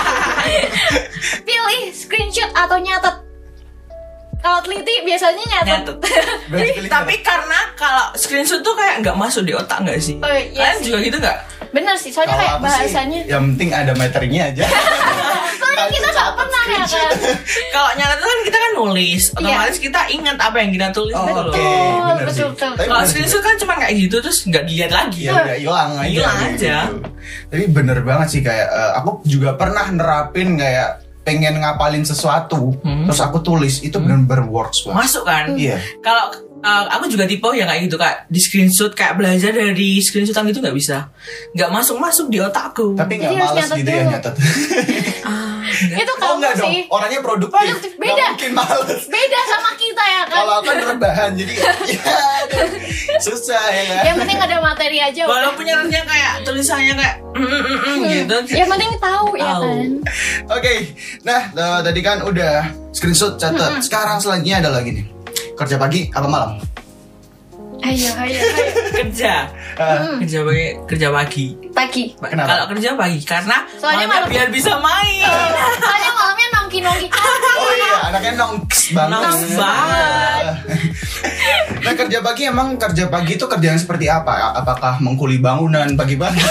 Pilih screenshot atau nyatet. Kalau teliti biasanya nyatet. Nyatet. Berarti pilih Tapi karena kalau screenshot tuh kayak nggak masuk di otak nggak sih? Oh, iya Kalian sih. juga gitu nggak? Bener sih, soalnya Kalau kayak aku sih, bahasanya. yang penting ada materinya aja. Soalnya kita nggak pernah ya kan. Kalau nyatet kan kita kan nulis, otomatis kita ingat apa yang kita tulis Oh, gitu loh. Oke, bener betul, sih. betul. Tapi Kalau bener sih. screenshot kan cuma kayak gitu terus nggak dilihat lagi. Ya udah hilang aja. Hilang kayak aja. gitu. Tapi bener banget sih kayak eh, aku juga pernah nerapin kayak pengen ngapalin sesuatu, Hmm. terus aku tulis itu bener-bener works banget. Masuk kan? Iya. Kalau uh, aku juga tipe yang kayak gitu, kak, di screenshot kayak belajar dari screenshotan gitu nggak bisa, nggak masuk masuk di otakku. Tapi nggak Jadi harus males nyatet gitu ya dulu. nyatet. ah, enggak. Itu Oh kamu enggak dong, sih. orangnya produktif. Produktif, Nggak beda. mungkin males. Beda sama kita ya kan. Kalau aku kan rebahan jadi ya aduh, susah ya kan. Yang penting ada materi aja. udah. Walaupun nyatanya kayak tulisannya kayak mm, mm, mm, mm, gitu. Yang penting tahu ya Tahu. kan. Oke, nah eh, tadi kan udah screenshot catat. Sekarang selanjutnya ada lagi nih. Kerja pagi apa malam? Ayo, ayo, ayo. Kerja, Ah, kerja pagi, kerja pagi. Pagi. Kenapa? Kalau kerja pagi karena Soalnya malamnya malam- biar bisa main. Soalnya malamnya nongki-nongki. Oh iya, anaknya nonks banget. Nonks banget. Nah kerja pagi emang kerja pagi itu kerjaan seperti apa? Apakah mengkuli bangunan pagi-pagi?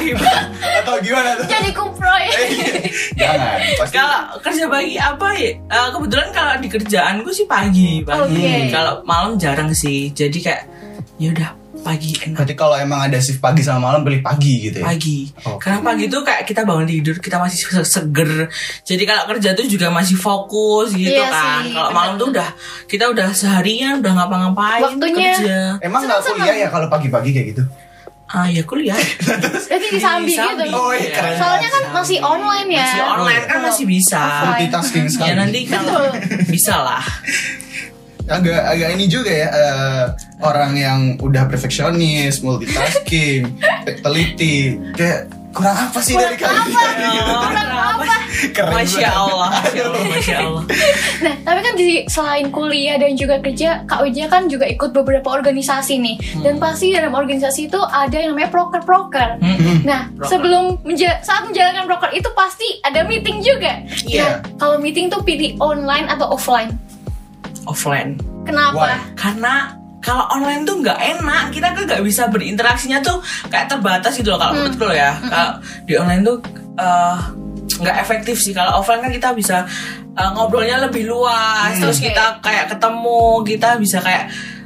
Atau gimana tuh? Jadi kuproy. Jangan, pasti. Kalau kerja pagi apa ya? Eh, kebetulan kalau di kerjaanku sih pagi, pagi. Oke. Kalau malam jarang sih. Jadi kayak ya udah pagi enak. Berarti kalau emang ada shift pagi sama malam pilih pagi gitu ya? Pagi. Oke. Karena pagi tuh kayak kita bangun tidur, kita masih se- seger. Jadi kalau kerja tuh juga masih fokus gitu Iya kan. sih, Kalau benar. malam tuh udah kita udah seharian udah ngapa-ngapain Waktunya. kerja. Emang nggak Seneng-seneng. kuliah ya kalau pagi-pagi kayak gitu? Ah ya kuliah. Jadi disambi gitu. Oh, iya, keren. Soalnya kan masih online ya. Masih online kan masih bisa. Offline. Multitasking sekali. Ya nanti kalau bisa lah. agak agak ini juga ya eh, orang yang udah perfeksionis, multitasking, teliti, kayak kurang apa sih dari kalian? Kurang apa? Keren Masya banget. Allah, Masya Allah, Masya Allah. Nah, tapi kan di selain kuliah dan juga kerja, Kak Widya kan juga ikut beberapa organisasi nih. Dan pasti dalam organisasi itu ada yang namanya proker-proker. Hmm. Nah, Proker. sebelum menja- saat menjalankan proker itu pasti ada meeting juga. Iya. Nah, kalau meeting tuh pilih online atau offline? Offline. Kenapa? Why? Karena kalau online tuh nggak enak, kita kan nggak bisa berinteraksinya tuh kayak terbatas gitu loh kalau menurutku loh ya. Kalau di online tuh eh, nggak efektif sih. Kalau offline kan kita bisa eh, ngobrolnya lebih luas, terus Oke. kita kayak ketemu, kita bisa kayak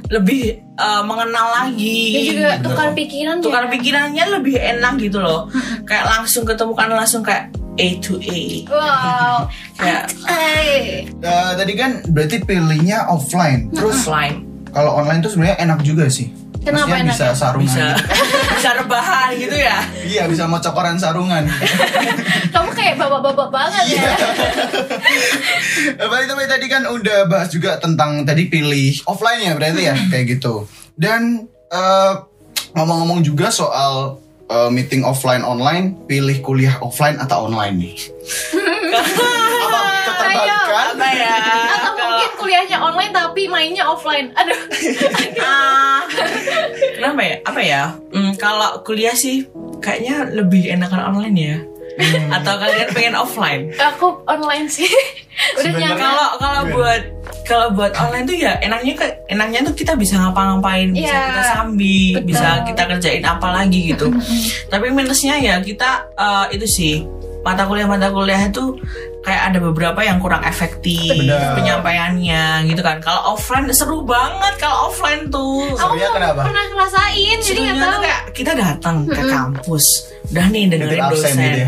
lebih uh, mengenal lagi. Dia juga Bener. tukar pikiran Tukar ya. pikirannya lebih enak gitu loh. Kayak langsung ketemu kan langsung kayak A to A. Wow. Kayak Eh. Eh, tadi kan berarti pilihnya offline. Terus offline. kalau online tuh sebenarnya enak juga sih. Kenapa Maksudnya enak? bisa sarungan. Bisa gitu. bisa rebahan gitu ya. Iya, bisa mau cokoran sarungan. Kamu kayak bapak-bapak banget ya. Eh, Baik, tapi tadi kan udah bahas juga tentang tadi pilih offline ya berarti ya kayak gitu. Dan eh, ngomong-ngomong juga soal eh, meeting offline online, pilih kuliah offline atau online nih? Apa keterbalikan? Apa ya? Atau mungkin kuliahnya online tapi mainnya offline. Aduh. Ah, kenapa ya? Apa ya? Hmm, kalau kuliah sih kayaknya lebih enakan online ya. Atau kalian pengen offline? Aku online sih. Udah Sebenarnya- nyampe. Kalau kalau Gimana? buat kalau buat online tuh ya enaknya ke enaknya tuh kita bisa ngapa-ngapain, bisa Iya, kita sambil, betul. bisa kita kerjain apa lagi gitu. Tapi minusnya ya kita eh, itu sih mata kuliah mata kuliah itu kayak ada beberapa yang kurang efektif Benar. penyampaiannya gitu kan. Kalau offline seru banget kalau offline tuh. Aku Serunya belum kenapa? pernah ngerasain, jadi nggak Serunya tahu. tuh kayak kita datang ke kampus, udah nih dengerin Nitip absen dosen. gitu ya?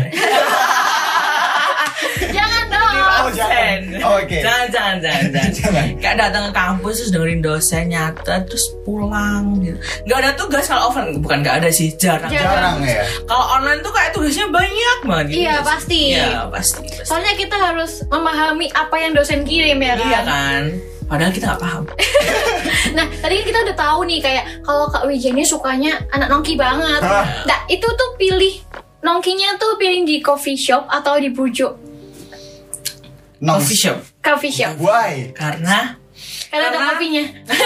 Jangan dong. Oh, jangan. Oh, oke. Jangan, jangan, jangan, jangan. Jangan. Kayak datang ke kampus terus dengerin dosen nyatet terus pulang gitu. Gak ada tugas kalau offline, bukan gak ada sih, jarang. Jarang. Jarang ya. Kalau online tuh kayak tugasnya banyak banget. Gitu. Iya, pasti. Iya pasti. pasti. Soalnya kita harus memahami apa yang dosen kirim ya kan. Iya kan. Padahal kita nggak paham. Nah, tadi kan kita udah tahu nih kayak kalau Kak Wija ini sukanya anak nongki banget. Hah? Nah, itu tuh pilih nongkinya tuh pilih di coffee shop atau di burjo? Nong. Coffee shop. Coffee shop. Why? Karena Karena ada Karena- kopinya.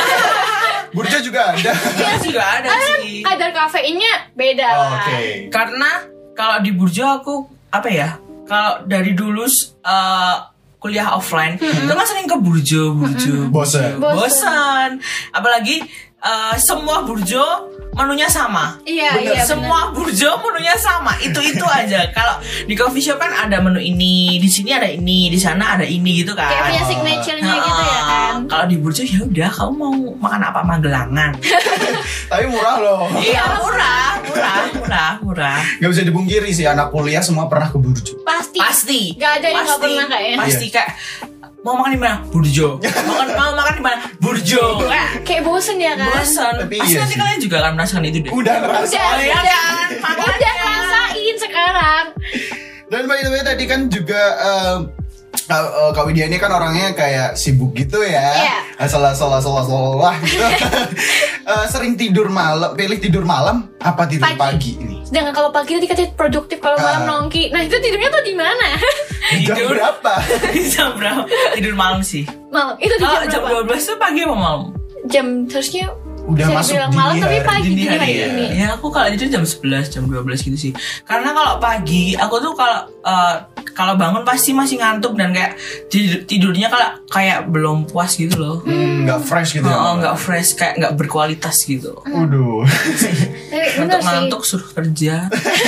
Burjo juga ada. Iya juga ada sih. Kadar kafeinnya beda. Oh, Oke. Karena kalau di Burjo aku apa ya? Kalau dari dulu uh, kuliah offline, itu kan sering ke Burjo, Burjo, Bosen. Burjo. Bosan. Apalagi uh, semua Burjo menunya sama. Iya, Bener. iya. Semua Burjo menunya sama. Itu-itu aja. Kalau di coffee shop kan ada menu ini, di sini ada ini, di sana ada ini gitu kan. Kayak punya signature-nya gitu ya kan. Kalau di Burjo ya udah kamu mau makan apa Magelangan. Tapi murah loh. Iya, murah, murah, murah, murah. Gak bisa dipungkiri sih anak kuliah semua pernah ke Burjo. Pasti. Pasti. Gak ada yang gak Pasti. pernah kayaknya. Pasti kayak mau makan di mana? Burjo. Makan mau makan di mana? Burjo. Kayak Kayak bosen ya kan. bosan. Tapi Pasti iya nanti sih. kalian juga akan merasakan itu deh. Udah ngerasa. Udah, Oh, iya udah, kan? Makanya. udah ngerasain sekarang. Dan by the way tadi kan juga eh, Kak, eh, Kak Widya ini kan orangnya kayak sibuk gitu ya. Iya. Asal-asal asal-asal gitu. Eh, sering tidur malam, pilih tidur malam apa tidur Pagi. pagi, ini? Sedangkan kalau pagi tadi katanya produktif, kalau malam Ah. nongki. Nah itu tidurnya tuh di mana? Jam Tidur. berapa? Jam berapa? Tidur malam sih. Malam. Itu di Kalau jam jam berapa? dua belas tuh pagi apa malam? Jam harusnya Udah bisa masuk dibilang dini malam tapi hari. pagi Dini dini hari hari ya. ini. Ya aku kalau tidur jam sebelas, jam dua belas gitu sih. Karena kalau pagi aku tuh kalau eh, kalau bangun pasti masih ngantuk dan kayak tidur- tidurnya kalau kayak belum puas gitu loh. Hmm, nggak fresh gitu ya. Oh, nggak fresh, kayak nggak berkualitas gitu. Waduh. Tapi bener sih. Ngantuk suruh kerja.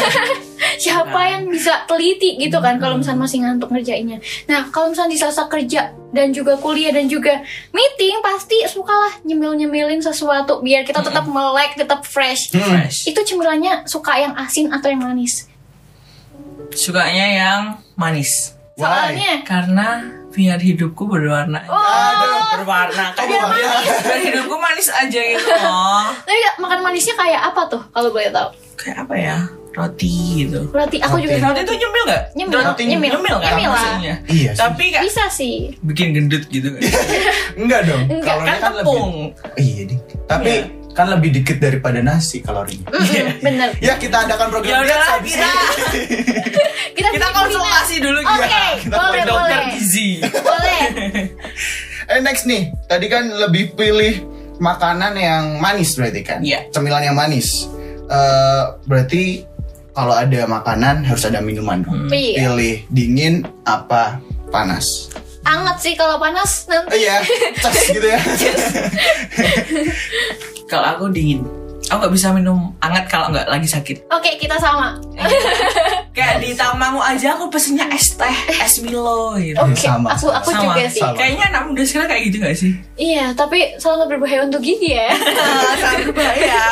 Siapa yang bisa teliti gitu kan kalau misalnya masih ngantuk ngerjainnya. Nah kalau misalnya di sela kerja dan juga kuliah dan juga meeting pasti sukalah nyemil-nyemilin sesuatu biar kita tetap melek, tetap fresh. Fresh. Itu cemilannya suka yang asin atau yang manis? Sukanya yang manis. Why? Soalnya Karena biar hidupku berwarna. Oh. Aduh, berwarna. Kan Biar biar, manis. biar hidupku manis aja gitu loh. tapi makan manisnya kayak apa tuh kalau boleh tahu? Kayak apa ya? Roti gitu. Roti aku Roti. juga Roti itu nyemil gak? Nyemil, Roti nyemil. nyemil kan Nyemil lah. maksudnya. Iya sih. Tapi kayak bisa sih. bikin gendut gitu kan. Enggak dong. Enggak, Kalorinya kan tepung. lebih. Iya, Dik. Tapi Iya. kan lebih dikit daripada nasi kalorinya. Mm-mm, bener. Ya kita adakan program Ya udah diet lah, habis kita ini. Kita, kita bikin konsultasi dulu kuliner. ya. Oke, Kita boleh, ke dokter boleh. gizi. Boleh. Eh next nih, tadi kan lebih pilih makanan yang manis berarti kan? Iya. Cemilan yang manis. Eh berarti kalau ada makanan harus ada minuman dong. Iya. Pilih dingin apa panas? Anget sih kalau panas Oh nanti. iya, cas gitu ya. Kalau aku dingin. Aku nggak bisa minum hangat kalau nggak lagi sakit. Oke, kita sama. Kayak di tamanmu aja aku pesennya es teh, es Milo gitu. Oke, Sama, aku sama. aku Sama. juga sih. Sama. Kayaknya anak muda sekarang kayak gitu gak sih? Iya, tapi sangat berbahaya untuk gigi ya. Sangat berbahaya.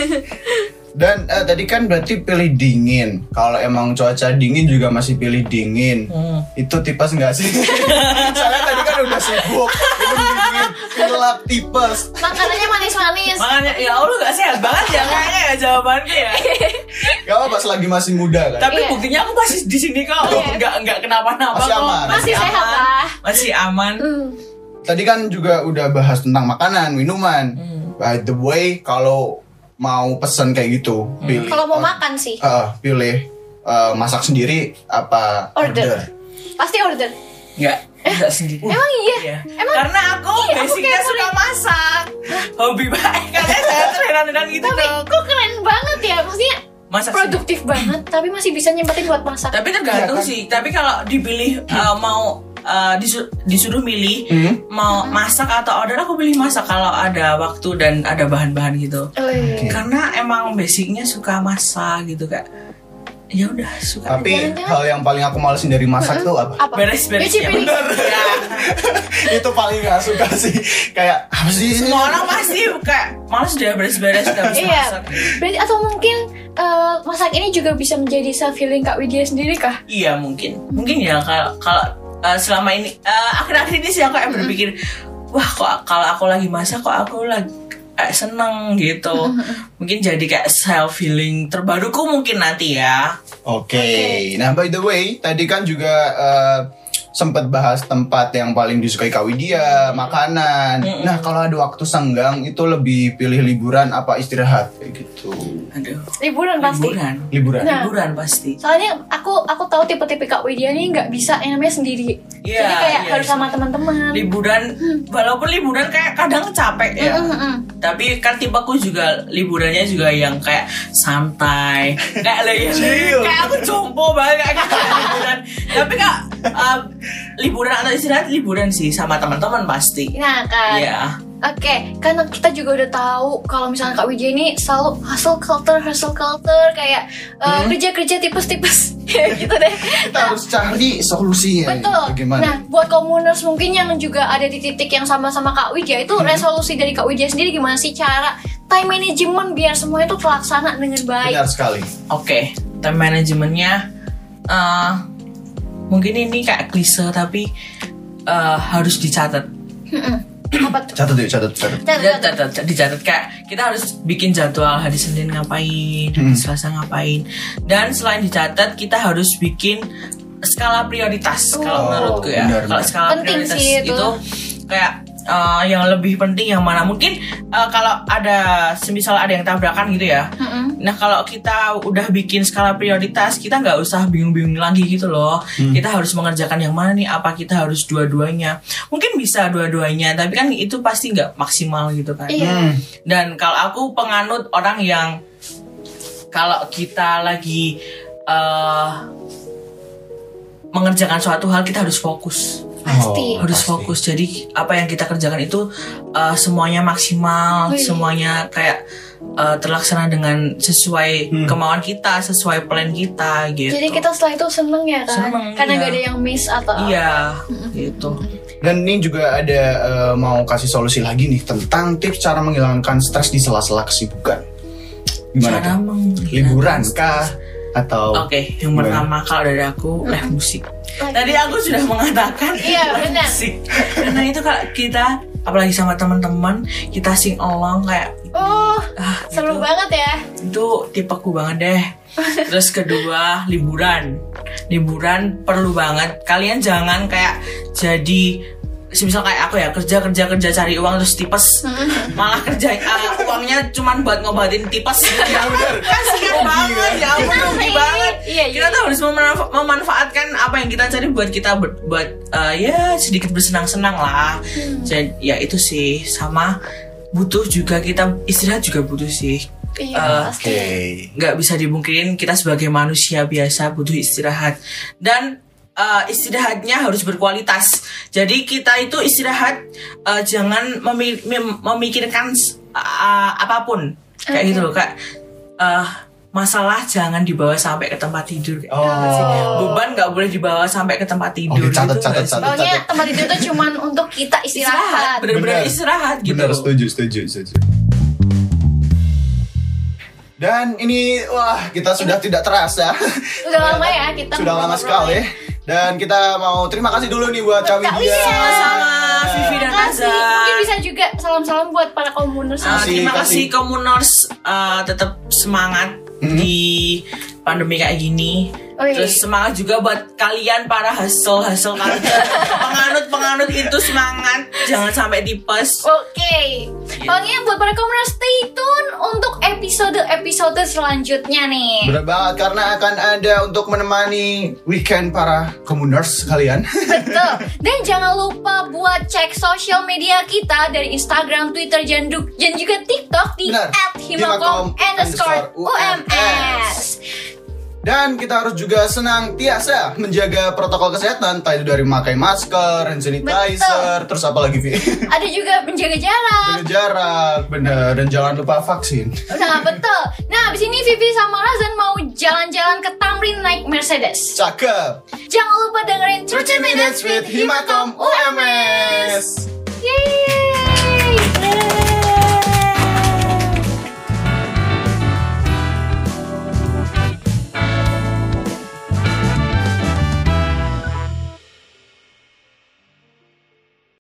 Dan eh, tadi kan berarti pilih dingin. Kalau emang cuaca dingin juga masih pilih dingin. Hmm. Itu tipes nggak sih? Soalnya tadi kan udah sibuk, itu dingin, gelap, tipes. Makanannya manis-manis. Makanya ya Allah gak sehat banget ya kayaknya ya jawabannya ya. Gak apa pas lagi masih muda kan. Tapi Iya. buktinya aku masih di sini kok. Iya. Nggak nggak kenapa-napa Masih kok. aman. Masih sehat aman. lah. Masih aman. Hmm. Tadi kan juga udah bahas tentang makanan, minuman. Hmm. By the way, kalau mau pesen kayak gitu, pilih. Kalau mau or- makan sih, Eh, pilih eh, masak sendiri apa order. Pasti order. Nggak, nggak sendiri. Emang iya? Iya. Emang Karena aku iya, aku basicnya kayak suka masak. Hobi baik karena saya terheran-heran gitu tapi dong. kok keren banget ya. Maksudnya Masak produktif banget, tapi masih bisa nyempetin buat masak. Tapi tergantung Iya kan? sih. Tapi kalau dipilih uh, mau uh, disu- disuruh milih Hmm? mau masak atau order, aku pilih masak kalau ada waktu dan ada bahan-bahan gitu. Oh, iya. Karena emang basicnya suka masak gitu kak. Ya udah suka. Tapi Jangan-jangan- hal yang paling aku malesin dari masak tuh apa? Apa? Beres-beres Nyuci ya piring. bener. Ya. Itu paling gak suka sih. Kayak apa sih? Semua orang pasti kayak males deh beres-beres udah habis Iya. masak. Berarti atau mungkin eh, masak ini juga bisa menjadi self healing Kak Widya sendiri kah? Iya mungkin, mungkin ya kalau kalau uh, selama ini uh, akhir-akhir ini sih aku yang berpikir, wah kok kalau aku lagi masak kok aku lagi kayak seneng gitu. Mungkin jadi kayak self healing terbaruku mungkin nanti ya. Oke. Nah, by the way, tadi kan juga eh, sempat bahas tempat yang paling disukai Kak Widya, makanan. Mm-mm. Nah, kalau ada waktu senggang itu lebih pilih liburan apa istirahat kayak gitu. Aduh. Liburan pasti. Liburan. Liburan. Nah. Liburan pasti. Soalnya aku aku tahu tipe-tipe Kak Widya nih nggak bisa yang namanya sendiri. Iya, Jadi kayak iya, harus iya. sama teman-teman. Liburan, walaupun liburan kayak kadang capek ya. Mm, mm, mm. Tapi kan tipeku juga liburannya juga yang kayak santai, kayak lagi Chill. kayak aku jompo banget kayak gitu liburan. Tapi kak uh, liburan atau istirahat liburan sih sama teman-teman pasti. Nah kan. Iya. Oke, karena kita juga udah tahu kalau misalnya Kak Widya ini selalu hustle culture, hustle culture kayak uh, kerja-kerja tipes-tipes kayak gitu deh. Kita harus cari solusinya. Betul. Bagaimana? Nah, buat komuners mungkin yang juga ada di titik yang sama-sama Kak Widya itu resolusi dari Kak Widya sendiri gimana sih cara time management biar semuanya itu terlaksana dengan baik. Benar sekali. Oke, time manajemennya uh, mungkin ini kayak klise tapi uh, harus dicatat. Mm-mm. Apa tuh? Catat yuk, catat, catat. Catat. Dicatat, dicatat kayak kita harus bikin jadwal hari Senin ngapain, hari Hmm. Selasa ngapain, dan selain dicatat kita harus bikin skala prioritas Oh, kalau menurutku ya. benar, Kalau benar. skala Penting prioritas sih itu. itu kayak uh, yang lebih penting yang mana mungkin uh, kalau ada semisal ada yang tabrakan gitu ya. Mm-mm. Nah kalau kita udah bikin skala prioritas kita nggak usah bingung-bingung lagi gitu loh. Kita harus mengerjakan yang mana nih? Apa kita harus dua-duanya? Mungkin bisa dua-duanya, tapi kan itu pasti nggak maksimal gitu kan. Iya. Hmm. Dan kalau aku penganut orang yang kalau kita lagi uh, mengerjakan suatu hal kita harus fokus. Pasti. Oh, Harus pasti. fokus. Jadi apa yang kita kerjakan itu uh, semuanya maksimal, Wih. semuanya kayak uh, terlaksana dengan sesuai Hmm. kemauan kita, sesuai plan kita gitu. Jadi kita setelah itu seneng ya kan? Seneng, Karena iya. gak ada yang miss atau Iya, gitu. Dan ini juga ada eh, mau kasih solusi lagi nih tentang tips cara menghilangkan stres di sela-sela kesibukan. Gimana Cara tuh? menghilangkan Liburan stres. kah? Atau Oke, yang Gimana? pertama kalau dari aku live musik. Live Tadi aku sudah mengatakan Iya, live benar. musik. Karena itu kalau kita apalagi sama teman-teman kita sing along kayak Oh, ah, seru gitu. banget ya. Itu tipeku banget deh. Terus kedua liburan. Liburan perlu banget. Kalian jangan kayak jadi semisal kayak aku ya kerja kerja kerja cari uang terus tipes malah kerja uh, uangnya cuman buat ngobatin tipes Ya, benar. kasian banget ya ampun Kenapa rugi ini? banget Iya, kita iya. tuh harus memanfa- memanfaatkan apa yang kita cari buat kita ber- buat uh, ya sedikit bersenang-senang lah. Jadi ya itu sih sama butuh juga kita istirahat juga butuh sih. Iya, Eh, pasti. Oke. Nggak bisa dipungkirin kita sebagai manusia biasa butuh istirahat dan uh, istirahatnya harus berkualitas. Jadi kita itu istirahat uh, jangan memi- mem- memikirkan uh, apapun. Kayak Oke. gitu loh, kayak eh, masalah jangan dibawa sampai ke tempat tidur. Kayak Oh. gitu sih. Beban nggak boleh dibawa sampai ke tempat tidur. Oke, catat, gitu catat, nggak sih? catat. Pokoknya tempat tidur itu cuman untuk kita istirahat. Bener-bener istirahat gitu. Bener, setuju, setuju, setuju. Dan ini, wah, kita sudah tidak terasa. Udah lama ya kita Sudah lama ngobrol-ngobrol sekali. Dan kita mau terima kasih dulu nih buat Kak Kak Widya. Widya. Sama Vivi dan Kasih. Naza. Mungkin bisa juga salam-salam buat para komuners. Uh, Kasih, terima kasih. kasih komuners, uh, tetap semangat Mhm. di pandemi kayak gini. Oh, iya. Terus semangat juga buat kalian para hustle hustle kalian, penganut penganut itu semangat, jangan sampai tipes. Oke, pokoknya buat para komuners stay tune untuk episode-episode selanjutnya nih. Bener banget, karena akan ada untuk menemani weekend para komuners kalian. Betul. Dan jangan lupa buat cek sosial media kita dari Instagram, Twitter, dan du- dan juga TikTok di Benar. at himakom underscore U M S. Dan kita harus juga senantiasa menjaga protokol kesehatan, entah itu dari memakai masker, hand sanitizer, terus apa lagi, Vi? Ada juga menjaga jarak. Jaga jarak, bener. Dan jangan lupa vaksin. Nah, betul. Nah, abis ini Vivi sama Razan mau jalan-jalan ke Tamrin naik Mercedes. Cakep. Jangan lupa dengerin thirty minutes with Himakom U M S. Yeay.